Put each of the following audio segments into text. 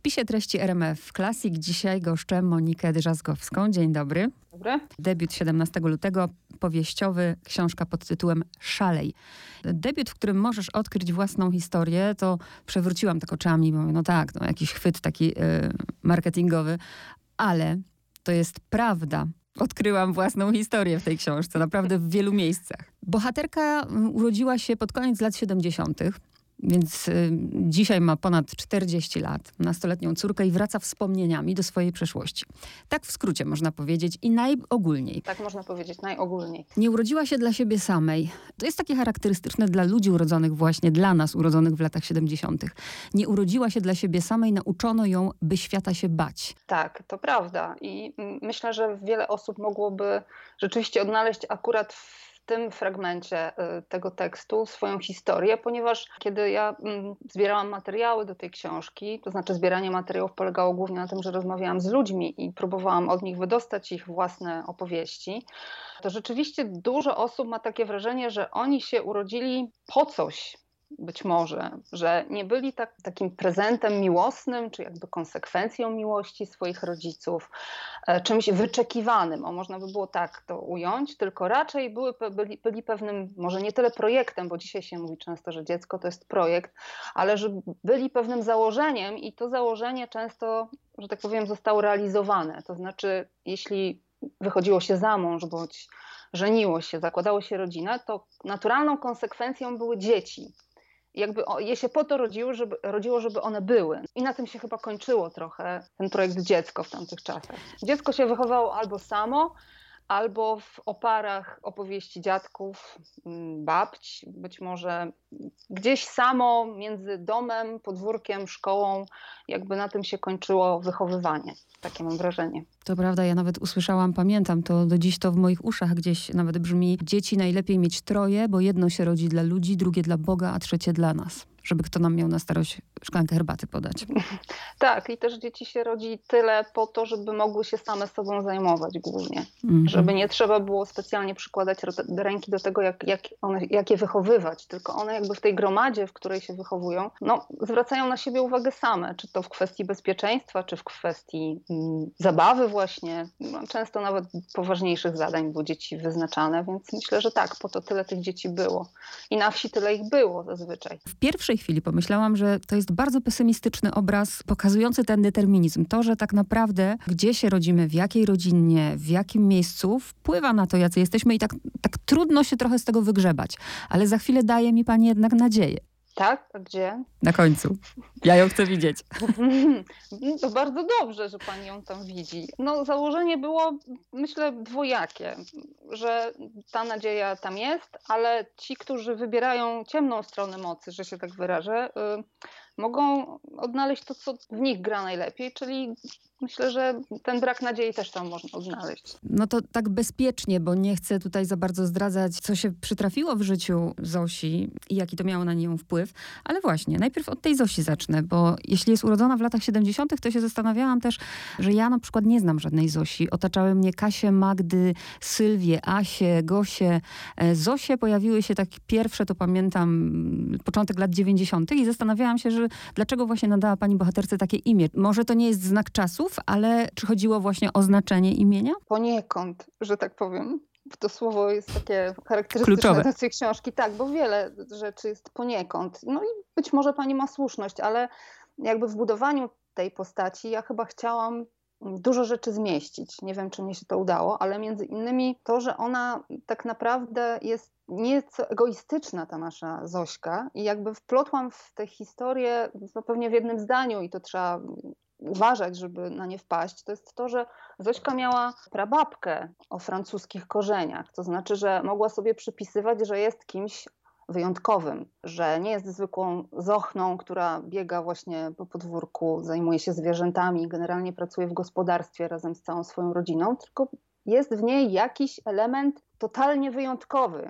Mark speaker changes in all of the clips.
Speaker 1: wpisie treści RMF Classic dzisiaj goszczę Monikę Drzazgowską. Dzień dobry.
Speaker 2: Dobry.
Speaker 1: Debiut 17 lutego, powieściowy, książka pod tytułem Szalej. Debiut, w którym możesz odkryć własną historię, to przewróciłam tak oczami, bo mówię, no tak, no jakiś chwyt taki marketingowy, ale to jest prawda. Odkryłam własną historię w tej książce, naprawdę w wielu miejscach. Bohaterka urodziła się pod koniec lat 70., więc dzisiaj ma ponad 40 lat, nastoletnią córkę i wraca wspomnieniami do swojej przeszłości. Tak w skrócie można powiedzieć i najogólniej.
Speaker 2: Tak można powiedzieć, najogólniej.
Speaker 1: Nie urodziła się dla siebie samej. To jest takie charakterystyczne dla ludzi urodzonych właśnie, dla nas urodzonych w latach 70. Nie urodziła się dla siebie samej, nauczono ją, by świata się bać.
Speaker 2: Tak, to prawda. I myślę, że wiele osób mogłoby rzeczywiście odnaleźć akurat w tym fragmencie tego tekstu swoją historię, ponieważ kiedy ja zbierałam materiały do tej książki, to znaczy zbieranie materiałów polegało głównie na tym, że rozmawiałam z ludźmi i próbowałam od nich wydostać ich własne opowieści, to rzeczywiście dużo osób ma takie wrażenie, że oni się urodzili po coś, być może, że nie byli takim prezentem miłosnym, czy jakby konsekwencją miłości swoich rodziców, czymś wyczekiwanym, można by było tak to ująć, tylko raczej byli pewnym, może nie tyle projektem, bo dzisiaj się mówi często, że dziecko to jest projekt, ale że byli pewnym założeniem i to założenie często, że tak powiem, zostało realizowane. To znaczy, jeśli wychodziło się za mąż, bądź żeniło się, zakładało się rodzinę, to naturalną konsekwencją były dzieci. Jakby je się po to rodziło, żeby one były. I na tym się chyba kończyło trochę ten projekt dziecko w tamtych czasach. Dziecko się wychowało albo samo, albo w oparach opowieści dziadków, babć, być może gdzieś samo między domem, podwórkiem, szkołą. Jakby na tym się kończyło wychowywanie. Takie mam wrażenie.
Speaker 1: To prawda, ja nawet usłyszałam, pamiętam to, do dziś to w moich uszach gdzieś nawet brzmi: dzieci najlepiej mieć troje, bo jedno się rodzi dla ludzi, drugie dla Boga, a trzecie dla nas. Żeby kto nam miał na starość szklankę herbaty podać.
Speaker 2: Tak, i też dzieci się rodzi tyle po to, żeby mogły się same sobą zajmować głównie. Żeby nie trzeba było specjalnie przykładać ręki do tego, jak je wychowywać, tylko one jakby w tej gromadzie, w której się wychowują, zwracają na siebie uwagę same, czy to w kwestii bezpieczeństwa, czy w kwestii zabawy właśnie. Często nawet poważniejszych zadań były dzieci wyznaczane, więc myślę, że tak, po to tyle tych dzieci było. I na wsi tyle ich było zazwyczaj.
Speaker 1: W pierwszej chwili pomyślałam, że to jest bardzo pesymistyczny obraz pokazujący ten determinizm. To, że tak naprawdę gdzie się rodzimy, w jakiej rodzinie, w jakim miejscu wpływa na to, jacy jesteśmy i tak trudno się trochę z tego wygrzebać. Ale za chwilę daje mi pani jednak nadzieję.
Speaker 2: Tak? A gdzie?
Speaker 1: Na końcu. Ja ją chcę widzieć.
Speaker 2: To bardzo dobrze, że pani ją tam widzi. Założenie było, myślę, dwojakie, że ta nadzieja tam jest, ale ci, którzy wybierają ciemną stronę mocy, że się tak wyrażę, mogą odnaleźć to, co w nich gra najlepiej, czyli myślę, że ten brak nadziei też tam można odnaleźć.
Speaker 1: No to tak bezpiecznie, bo nie chcę tutaj za bardzo zdradzać, co się przytrafiło w życiu Zosi i jaki to miało na nią wpływ. Ale właśnie, najpierw od tej Zosi zacznę, bo jeśli jest urodzona w latach 70., to się zastanawiałam też, że ja na przykład nie znam żadnej Zosi. Otaczały mnie Kasię, Magdy, Sylwię, Asię, Gosię. Zosie pojawiły się tak pierwsze, to pamiętam, początek lat 90. i zastanawiałam się, że dlaczego właśnie nadała pani bohaterce takie imię. Może to nie jest znak czasów, ale czy chodziło właśnie o znaczenie imienia?
Speaker 2: Poniekąd, że tak powiem. To słowo jest takie charakterystyczne
Speaker 1: kluczowe
Speaker 2: dla tej książki. Tak, bo wiele rzeczy jest poniekąd. I być może pani ma słuszność, ale jakby w budowaniu tej postaci ja chyba chciałam dużo rzeczy zmieścić. Nie wiem, czy mi się to udało, ale między innymi to, że ona tak naprawdę jest nieco egoistyczna, ta nasza Zośka, i jakby wplotłam w tę historię pewnie w jednym zdaniu i to trzeba uważać, żeby na nie wpaść, to jest to, że Zośka miała prababkę o francuskich korzeniach. To znaczy, że mogła sobie przypisywać, że jest kimś wyjątkowym, że nie jest zwykłą zochną, która biega właśnie po podwórku, zajmuje się zwierzętami, generalnie pracuje w gospodarstwie razem z całą swoją rodziną, tylko jest w niej jakiś element totalnie wyjątkowy.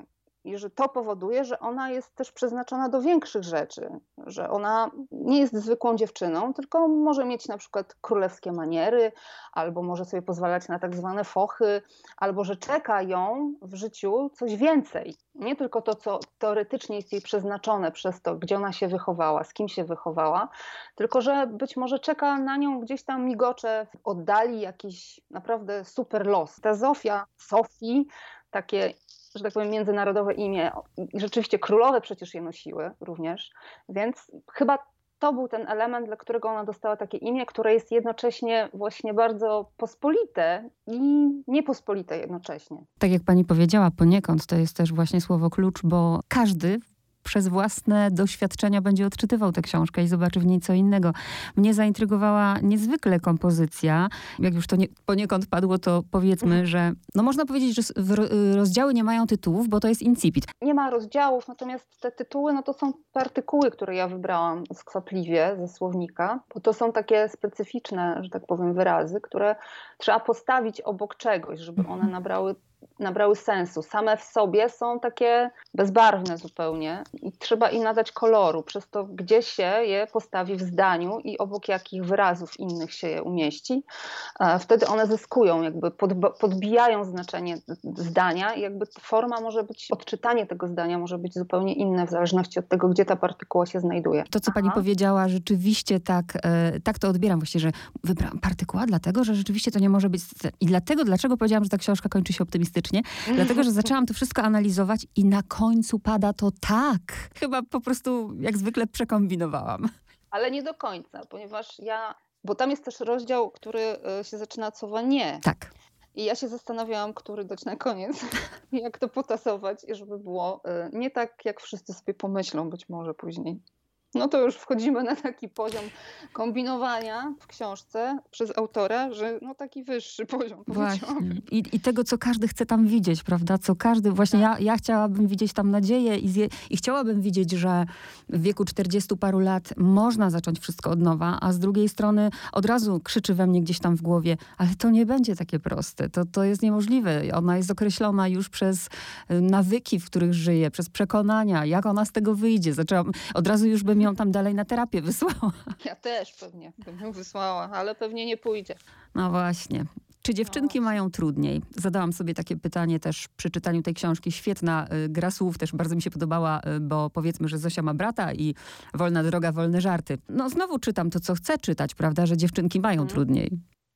Speaker 2: i że to powoduje, że ona jest też przeznaczona do większych rzeczy, że ona nie jest zwykłą dziewczyną, tylko może mieć na przykład królewskie maniery, albo może sobie pozwalać na tak zwane fochy, albo że czeka ją w życiu coś więcej. Nie tylko to, co teoretycznie jest jej przeznaczone przez to, gdzie ona się wychowała, z kim się wychowała, tylko że być może czeka na nią gdzieś tam migocze w oddali jakiś naprawdę super los. Ta Sophie, takie, że tak powiem, międzynarodowe imię. I rzeczywiście królowe przecież je nosiły również, więc chyba to był ten element, dla którego ona dostała takie imię, które jest jednocześnie właśnie bardzo pospolite i niepospolite jednocześnie.
Speaker 1: Tak jak pani powiedziała, poniekąd to jest też właśnie słowo klucz, bo każdy przez własne doświadczenia będzie odczytywał tę książkę i zobaczy w niej co innego. Mnie zaintrygowała niezwykle kompozycja. Jak już to poniekąd padło, to powiedzmy, że no można powiedzieć, że rozdziały nie mają tytułów, bo to jest incipit.
Speaker 2: Nie ma rozdziałów, natomiast te tytuły, no to są artykuły, które ja wybrałam skwapliwie ze słownika, bo to są takie specyficzne, że tak powiem, wyrazy, które trzeba postawić obok czegoś, żeby one nabrały sensu. Same w sobie są takie bezbarwne zupełnie i trzeba im nadać koloru, przez to gdzie się je postawi w zdaniu i obok jakich wyrazów innych się je umieści. Wtedy one zyskują, jakby podbijają znaczenie zdania i jakby forma może być, odczytanie tego zdania może być zupełnie inne w zależności od tego, gdzie ta partykuła się znajduje.
Speaker 1: To, co pani powiedziała, rzeczywiście tak to odbieram właśnie, że wybrałam partykuła dlatego, że rzeczywiście to nie może być... I dlaczego powiedziałam, że ta książka kończy się optymistycznie? Dlatego, że zaczęłam to wszystko analizować i na końcu pada to tak. Chyba po prostu jak zwykle przekombinowałam.
Speaker 2: Ale nie do końca, ponieważ bo tam jest też rozdział, który się zaczyna od słowa nie.
Speaker 1: Tak.
Speaker 2: I ja się zastanawiałam, który dać na koniec, jak to potasować, żeby było nie tak, jak wszyscy sobie pomyślą być może później. No to już wchodzimy na taki poziom kombinowania w książce przez autora, że no taki wyższy poziom.
Speaker 1: Właśnie. I tego, co każdy chce tam widzieć, prawda? Co każdy, właśnie ja chciałabym widzieć tam nadzieję i chciałabym widzieć, że w wieku 40 paru lat można zacząć wszystko od nowa, a z drugiej strony od razu krzyczy we mnie gdzieś tam w głowie, ale to nie będzie takie proste, to jest niemożliwe. Ona jest określona już przez nawyki, w których żyje, przez przekonania, jak ona z tego wyjdzie. Od razu już bym ją tam dalej na terapię wysłała.
Speaker 2: Ja też pewnie bym ją wysłała, ale pewnie nie pójdzie.
Speaker 1: No właśnie. Czy dziewczynki mają trudniej? Zadałam sobie takie pytanie też przy czytaniu tej książki. Świetna gra słów, też bardzo mi się podobała, bo powiedzmy, że Zosia ma brata i wolna droga, wolne żarty. No znowu czytam to, co chcę czytać, prawda, że dziewczynki mają trudniej.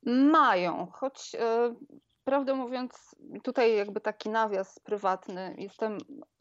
Speaker 2: Mają, choć... Prawdę mówiąc, tutaj jakby taki nawias prywatny. Jestem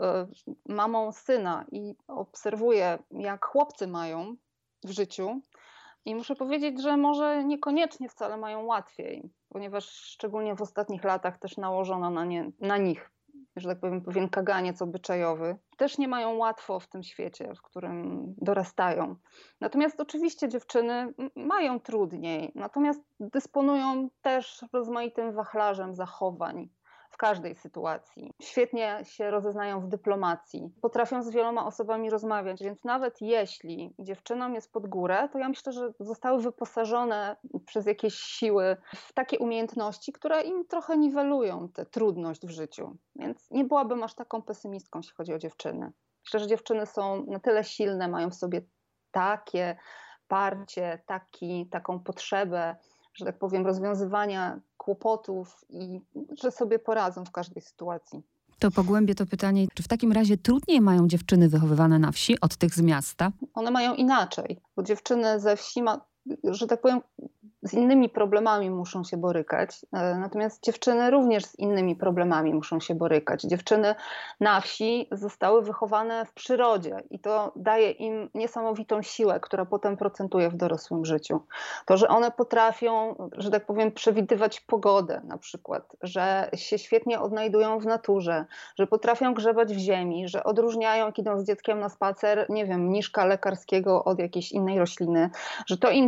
Speaker 2: mamą syna i obserwuję, jak chłopcy mają w życiu. I muszę powiedzieć, że może niekoniecznie wcale mają łatwiej, ponieważ szczególnie w ostatnich latach też nałożono na nich, że tak powiem, pewien kaganiec obyczajowy. Też nie mają łatwo w tym świecie, w którym dorastają. Natomiast oczywiście dziewczyny mają trudniej, natomiast dysponują też rozmaitym wachlarzem zachowań w każdej sytuacji. Świetnie się rozeznają w dyplomacji, potrafią z wieloma osobami rozmawiać, więc nawet jeśli dziewczynom jest pod górę, to ja myślę, że zostały wyposażone przez jakieś siły w takie umiejętności, które im trochę niwelują tę trudność w życiu. Więc nie byłabym aż taką pesymistką, jeśli chodzi o dziewczyny. Myślę, że dziewczyny są na tyle silne, mają w sobie takie parcie, taką potrzebę, że tak powiem, rozwiązywania kłopotów i że sobie poradzą w każdej sytuacji.
Speaker 1: To pogłębię to pytanie, czy w takim razie trudniej mają dziewczyny wychowywane na wsi od tych z miasta?
Speaker 2: One mają inaczej, bo dziewczyny ze wsi, że tak powiem, z innymi problemami muszą się borykać, natomiast dziewczyny również z innymi problemami muszą się borykać. Dziewczyny na wsi zostały wychowane w przyrodzie i to daje im niesamowitą siłę, która potem procentuje w dorosłym życiu. To, że one potrafią, że tak powiem, przewidywać pogodę na przykład, że się świetnie odnajdują w naturze, że potrafią grzebać w ziemi, że odróżniają, jak idą z dzieckiem na spacer, nie wiem, mniszka lekarskiego od jakiejś innej rośliny, że to im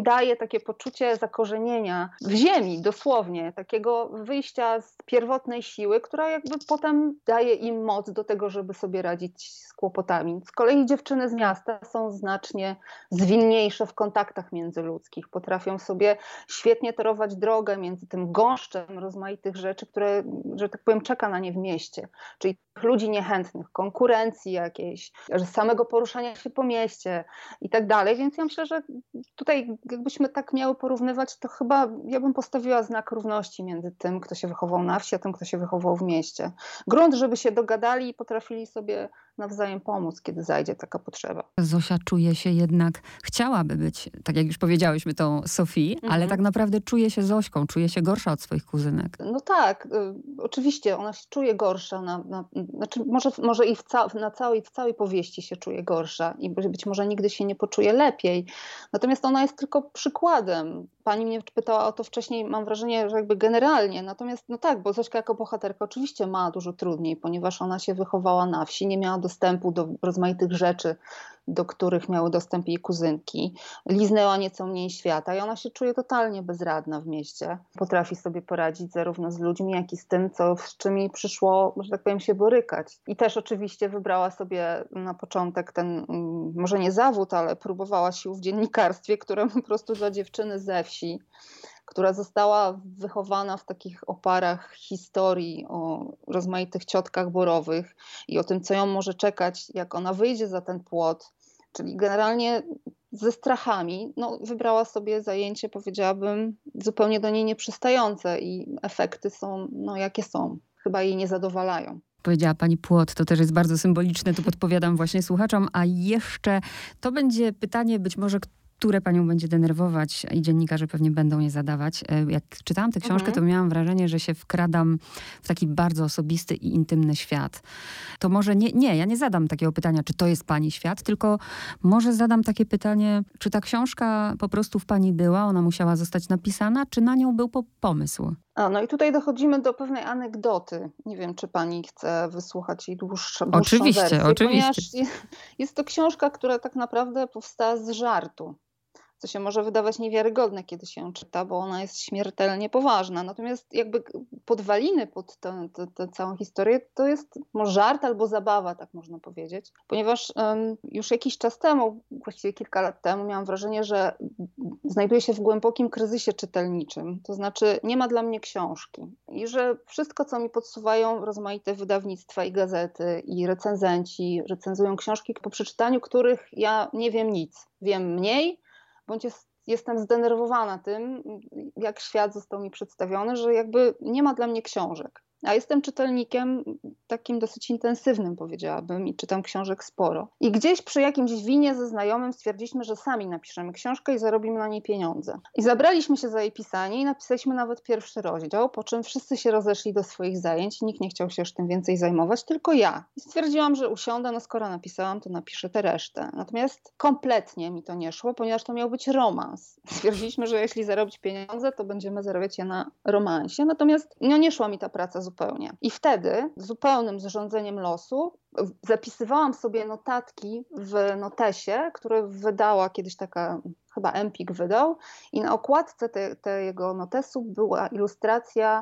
Speaker 2: daje takie poczucie zakorzenienia w ziemi, dosłownie, takiego wyjścia z pierwotnej siły, która jakby potem daje im moc do tego, żeby sobie radzić z kłopotami. Z kolei dziewczyny z miasta są znacznie zwinniejsze w kontaktach międzyludzkich, potrafią sobie świetnie torować drogę między tym gąszczem rozmaitych rzeczy, które, że tak powiem, czeka na nie w mieście, czyli ludzi niechętnych, konkurencji jakiejś, samego poruszania się po mieście i tak dalej, więc ja myślę, że tutaj jakbyśmy tak miały porównywać, to chyba ja bym postawiła znak równości między tym, kto się wychował na wsi, a tym, kto się wychował w mieście. Grunt, żeby się dogadali i potrafili sobie nawzajem pomóc, kiedy zajdzie taka potrzeba.
Speaker 1: Zosia czuje się jednak, chciałaby być, tak jak już powiedziałyśmy, tą Sofii, ale tak naprawdę czuje się Zośką, czuje się gorsza od swoich kuzynek.
Speaker 2: No tak, oczywiście ona się czuje gorsza, znaczy może i w całej powieści się czuje gorsza i być może nigdy się nie poczuje lepiej. Natomiast ona jest tylko przykładem. Pani mnie pytała o to wcześniej, mam wrażenie, że jakby generalnie. Natomiast no tak, bo Zośka jako bohaterka oczywiście ma dużo trudniej, ponieważ ona się wychowała na wsi, nie miała dostępu do rozmaitych rzeczy, do których miały dostęp jej kuzynki. Liznęła nieco mniej świata i ona się czuje totalnie bezradna w mieście. Potrafi sobie poradzić zarówno z ludźmi, jak i z tym, z czym jej przyszło, że tak powiem, się borykać. I też oczywiście wybrała sobie na początek ten, może nie zawód, ale próbowała sił w dziennikarstwie, które po prostu dla dziewczyny ze wsi, która została wychowana w takich oparach historii o rozmaitych ciotkach borowych i o tym, co ją może czekać, jak ona wyjdzie za ten płot, czyli generalnie ze strachami, no, wybrała sobie zajęcie, powiedziałabym, zupełnie do niej nieprzystające i efekty są, no, jakie są. Chyba jej nie zadowalają.
Speaker 1: Powiedziała pani płot, to też jest bardzo symboliczne, tu podpowiadam właśnie słuchaczom, a jeszcze to będzie pytanie być może, które panią będzie denerwować i dziennikarze pewnie będą je zadawać. Jak czytałam tę książkę, to miałam wrażenie, że się wkradam w taki bardzo osobisty i intymny świat. To może ja nie zadam takiego pytania, czy to jest pani świat, tylko może zadam takie pytanie, czy ta książka po prostu w pani była, ona musiała zostać napisana, czy na nią był pomysł?
Speaker 2: No i tutaj dochodzimy do pewnej anegdoty. Nie wiem, czy pani chce wysłuchać jej dłuższą
Speaker 1: Oczywiście.
Speaker 2: Ponieważ jest to książka, która tak naprawdę powstała z żartu. Co się może wydawać niewiarygodne, kiedy się ją czyta, bo ona jest śmiertelnie poważna. Natomiast jakby podwaliny pod tę całą historię to jest może żart albo zabawa, tak można powiedzieć. Ponieważ już jakiś czas temu, właściwie kilka lat temu, miałam wrażenie, że znajduję się w głębokim kryzysie czytelniczym. To znaczy nie ma dla mnie książki. I że wszystko, co mi podsuwają rozmaite wydawnictwa i gazety i recenzenci, recenzują książki, po przeczytaniu których ja nie wiem nic. Wiem mniej, bądź jestem zdenerwowana tym, jak świat został mi przedstawiony, że jakby nie ma dla mnie książek. A jestem czytelnikiem takim dosyć intensywnym, powiedziałabym, i czytam książek sporo. I gdzieś przy jakimś winie ze znajomym stwierdziliśmy, że sami napiszemy książkę i zarobimy na niej pieniądze. I zabraliśmy się za jej pisanie i napisaliśmy nawet pierwszy rozdział, po czym wszyscy się rozeszli do swoich zajęć, nikt nie chciał się już tym więcej zajmować, tylko ja. I stwierdziłam, że usiądę, no skoro napisałam, to napiszę tę resztę. Natomiast kompletnie mi to nie szło, ponieważ to miał być romans. Stwierdziliśmy, że jeśli zarobić pieniądze, to będziemy zarabiać je na romansie. Natomiast no, nie szła mi ta praca zupełnie. I wtedy zupełnym zrządzeniem losu zapisywałam sobie notatki w notesie, który wydała kiedyś taka, chyba Empik wydał, i na okładce tego notesu była ilustracja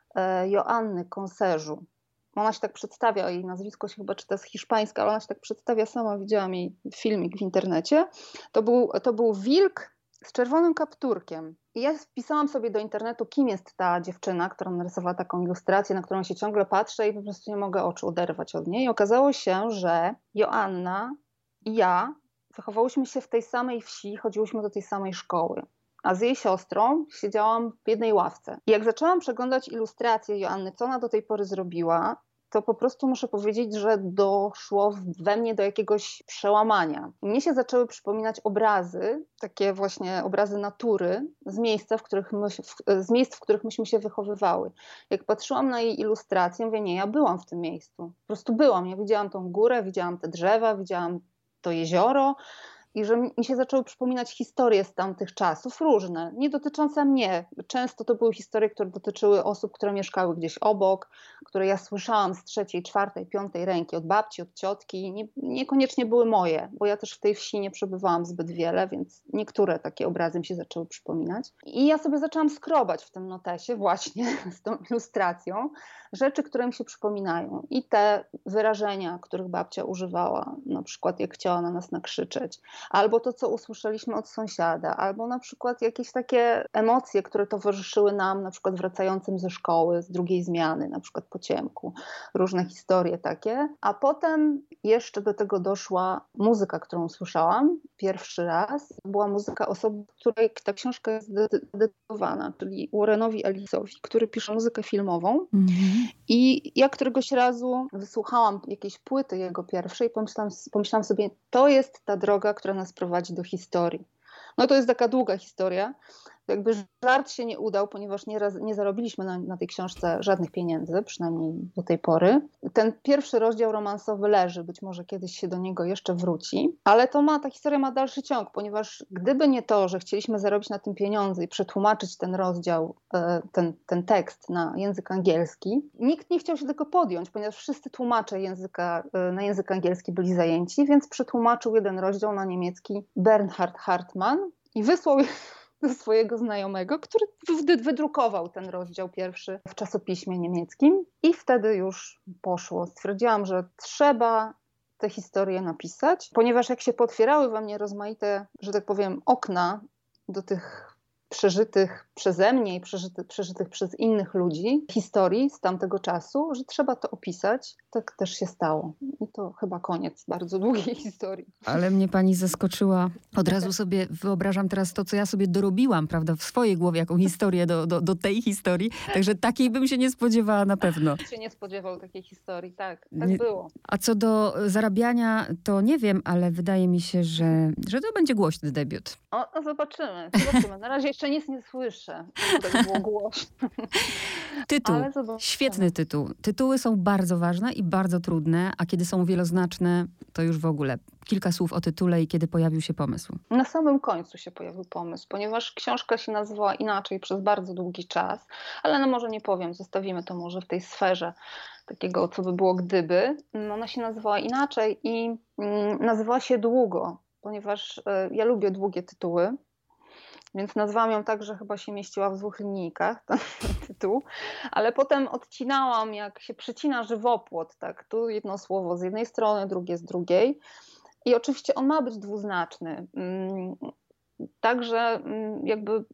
Speaker 2: Joanny Konserzu. Ona się tak przedstawia, jej nazwisko się chyba czyta z hiszpańska, ale ona się tak przedstawia sama, widziałam jej filmik w internecie. To był wilk z czerwonym kapturkiem. I ja wpisałam sobie do internetu, kim jest ta dziewczyna, która narysowała taką ilustrację, na którą się ciągle patrzę i po prostu nie mogę oczu oderwać od niej. I okazało się, że Joanna i ja wychowałyśmy się w tej samej wsi, chodziłyśmy do tej samej szkoły. A z jej siostrą siedziałam w jednej ławce. I jak zaczęłam przeglądać ilustracje Joanny, co ona do tej pory zrobiła, to po prostu muszę powiedzieć, że doszło we mnie do jakiegoś przełamania. Mnie się zaczęły przypominać obrazy, takie właśnie obrazy natury z miejsc, w których myśmy się wychowywały. Jak patrzyłam na jej ilustrację, mówię, nie, ja byłam w tym miejscu. Po prostu byłam. Ja widziałam tą górę, widziałam te drzewa, widziałam to jezioro. i że mi się zaczęły przypominać historie z tamtych czasów, różne, nie dotyczące mnie. Często to były historie, które dotyczyły osób, które mieszkały gdzieś obok, które ja słyszałam z trzeciej, czwartej, piątej ręki, od babci, od ciotki. Niekoniecznie były moje, bo ja też w tej wsi nie przebywałam zbyt wiele, więc niektóre takie obrazy mi się zaczęły przypominać. I ja sobie zaczęłam skrobać w tym notesie właśnie z tą ilustracją rzeczy, które mi się przypominają. I te wyrażenia, których babcia używała, na przykład jak chciała na nas nakrzyczeć, albo to, co usłyszeliśmy od sąsiada, albo na przykład jakieś takie emocje, które towarzyszyły nam, na przykład wracającym ze szkoły, z drugiej zmiany, na przykład po ciemku. Różne historie takie. A potem jeszcze do tego doszła muzyka, którą słyszałam pierwszy raz. Była muzyka osoby, której ta książka jest dedykowana, czyli Warrenowi Ellisowi, który pisze muzykę filmową. I ja któregoś razu wysłuchałam jakiejś płyty jego pierwszej i pomyślałam sobie, to jest ta droga, która nas prowadzi do historii. No to jest taka długa historia. Jakby żart się nie udał, ponieważ nie zarobiliśmy na tej książce żadnych pieniędzy, przynajmniej do tej pory. Ten pierwszy rozdział romansowy leży, być może kiedyś się do niego jeszcze wróci, ale ta historia ma dalszy ciąg, ponieważ gdyby nie to, że chcieliśmy zarobić na tym pieniądze i przetłumaczyć ten rozdział, ten tekst na język angielski, nikt nie chciał się tego podjąć, ponieważ wszyscy tłumacze na język angielski byli zajęci, więc przetłumaczył jeden rozdział na niemiecki Bernhard Hartmann i wysłał do swojego znajomego, który wydrukował ten rozdział pierwszy w czasopiśmie niemieckim i wtedy już poszło. Stwierdziłam, że trzeba tę historię napisać, ponieważ jak się potwierały we mnie rozmaite, że tak powiem, okna do tych przeżytych przeze mnie i przeżytych przez innych ludzi historii z tamtego czasu, że trzeba to opisać. Tak też się stało. I to chyba koniec bardzo długiej historii.
Speaker 1: Ale mnie pani zaskoczyła. Od razu sobie wyobrażam teraz to, co ja sobie dorobiłam, prawda, w swojej głowie, jaką historię do tej historii. Także takiej bym się nie spodziewała na pewno.
Speaker 2: Się nie spodziewał takiej historii, tak było.
Speaker 1: A co do zarabiania, to nie wiem, ale wydaje mi się, że to będzie głośny debiut.
Speaker 2: No zobaczymy. Na razie jeszcze nic nie słyszę, żeby tak było głośno.
Speaker 1: Tytuł. Świetny tytuł. Tytuły są bardzo ważne i bardzo trudne, a kiedy są wieloznaczne, to już w ogóle. Kilka słów o tytule i kiedy pojawił się pomysł.
Speaker 2: Na samym końcu się pojawił pomysł, ponieważ książka się nazywała inaczej przez bardzo długi czas, ale no może nie powiem, zostawimy to może w tej sferze takiego, co by było gdyby. Ona się nazywała inaczej i nazywała się długo, ponieważ ja lubię długie tytuły. Więc nazwałam ją tak, że chyba się mieściła w 2 linijkach, ten tytuł. Ale potem odcinałam, jak się przycina żywopłot, tak, tu jedno słowo z jednej strony, drugie z drugiej. I oczywiście on ma być dwuznaczny. Także jakby,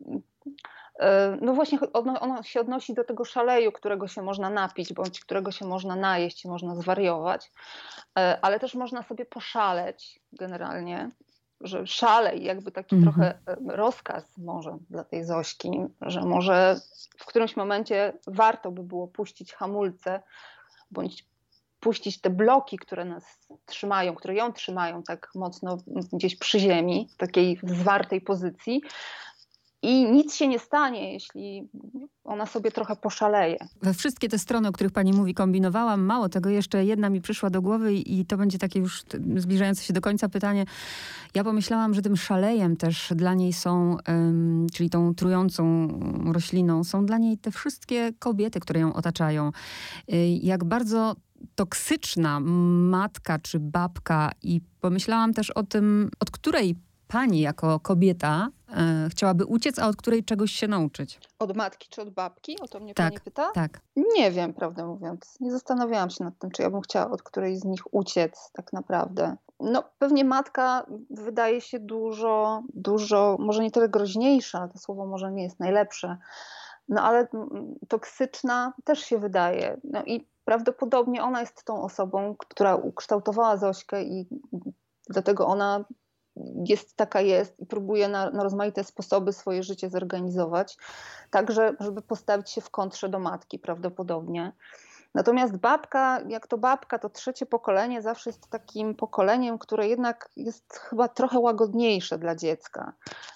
Speaker 2: no właśnie ono się odnosi do tego szaleju, którego się można napić, bądź którego się można najeść i można zwariować. Ale też można sobie poszaleć generalnie. Że szalej, jakby taki trochę rozkaz może dla tej Zośki, że może w którymś momencie warto by było puścić hamulce, bądź puścić te bloki, które nas trzymają, które ją trzymają tak mocno gdzieś przy ziemi, w takiej zwartej pozycji. I nic się nie stanie, jeśli ona sobie trochę poszaleje.
Speaker 1: We wszystkie te strony, o których pani mówi, kombinowałam. Mało tego, jeszcze jedna mi przyszła do głowy i to będzie takie już zbliżające się do końca pytanie. Ja pomyślałam, że tym szalejem też dla niej są, czyli tą trującą rośliną, są dla niej te wszystkie kobiety, które ją otaczają. Jak bardzo toksyczna matka czy babka i pomyślałam też o tym, od której pani jako kobieta chciałaby uciec, a od której czegoś się nauczyć.
Speaker 2: Od matki czy od babki? O to mnie pani pyta?
Speaker 1: Tak.
Speaker 2: Nie wiem, prawdę mówiąc. Nie zastanawiałam się nad tym, czy ja bym chciała od którejś z nich uciec tak naprawdę. No pewnie matka wydaje się dużo, może nie tyle groźniejsza, to słowo może nie jest najlepsze, no ale toksyczna też się wydaje. No i prawdopodobnie ona jest tą osobą, która ukształtowała Zośkę i dlatego ona jest taka jest i próbuje na rozmaite sposoby swoje życie zorganizować, tak żeby postawić się w kontrze do matki prawdopodobnie. Natomiast babka, jak to babka, to trzecie pokolenie zawsze jest takim pokoleniem, które jednak jest chyba trochę łagodniejsze dla dziecka.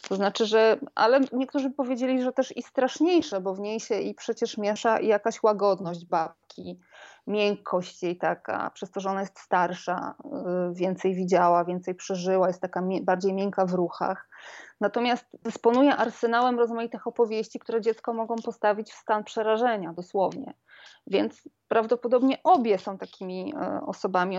Speaker 2: To znaczy, ale niektórzy powiedzieli, że też i straszniejsze, bo w niej się i przecież miesza i jakaś łagodność babki, miękkość jej taka, przez to, że ona jest starsza, więcej widziała, więcej przeżyła, jest taka bardziej miękka w ruchach. Natomiast dysponuje arsenałem rozmaitych opowieści, które dziecko mogą postawić w stan przerażenia, dosłownie. Więc prawdopodobnie obie są takimi osobami,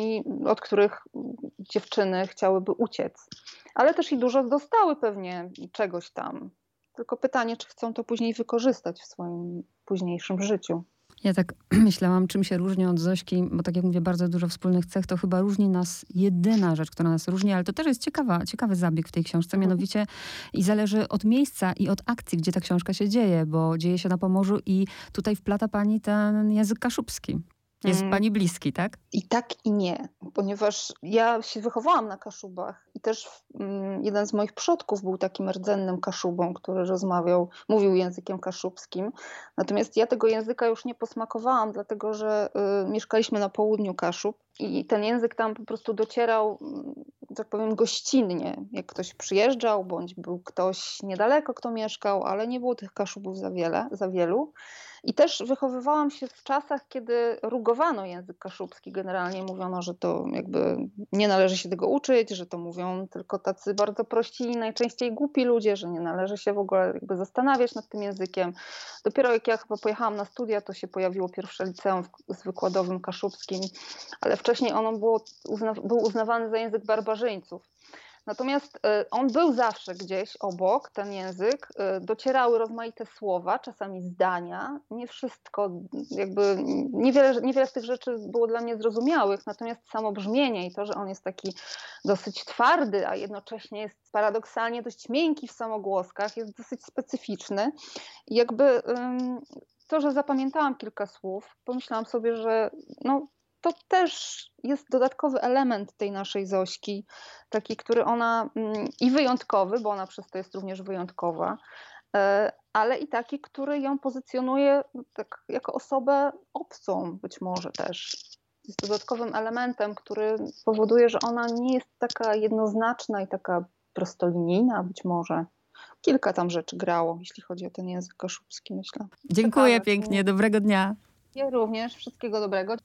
Speaker 2: od których dziewczyny chciałyby uciec. Ale też i dużo dostały pewnie czegoś tam. Tylko pytanie, czy chcą to później wykorzystać w swoim późniejszym życiu.
Speaker 1: Ja tak myślałam, czym się różni od Zośki, bo tak jak mówię, bardzo dużo wspólnych cech, to chyba różni nas jedyna rzecz, która nas różni, ale to też jest ciekawy zabieg w tej książce, mianowicie i zależy od miejsca i od akcji, gdzie ta książka się dzieje, bo dzieje się na Pomorzu i tutaj wplata pani ten język kaszubski. Jest pani bliski, tak?
Speaker 2: I tak i nie, ponieważ ja się wychowałam na Kaszubach i też jeden z moich przodków był takim rdzennym Kaszubą, który mówił językiem kaszubskim. Natomiast ja tego języka już nie posmakowałam, dlatego że mieszkaliśmy na południu Kaszub i ten język tam po prostu docierał, tak powiem, gościnnie. Jak ktoś przyjeżdżał, bądź był ktoś niedaleko, kto mieszkał, ale nie było tych Kaszubów za wielu. I też wychowywałam się w czasach, kiedy rugowano język kaszubski. Generalnie mówiono, że to jakby nie należy się tego uczyć, że to mówią tylko tacy bardzo prości, najczęściej głupi ludzie, że nie należy się w ogóle jakby zastanawiać nad tym językiem. Dopiero jak ja chyba pojechałam na studia, to się pojawiło pierwsze liceum z wykładowym kaszubskim, ale wcześniej ono był uznawany za język barbarzyńców. Natomiast on był zawsze gdzieś obok, ten język. Docierały rozmaite słowa, czasami zdania. Nie wszystko, jakby niewiele z tych rzeczy było dla mnie zrozumiałych, natomiast samo brzmienie i to, że on jest taki dosyć twardy, a jednocześnie jest paradoksalnie dość miękki w samogłoskach, jest dosyć specyficzny. I jakby to, że zapamiętałam kilka słów, pomyślałam sobie, że to też jest dodatkowy element tej naszej Zośki, taki, który ona i wyjątkowy, bo ona przez to jest również wyjątkowa, ale i taki, który ją pozycjonuje tak jako osobę obcą być może też. Jest dodatkowym elementem, który powoduje, że ona nie jest taka jednoznaczna i taka prostolinijna być może. Kilka tam rzeczy grało, jeśli chodzi o ten język kaszubski, myślę.
Speaker 1: Dziękuję pięknie, dobrego dnia.
Speaker 2: Ja również, wszystkiego dobrego.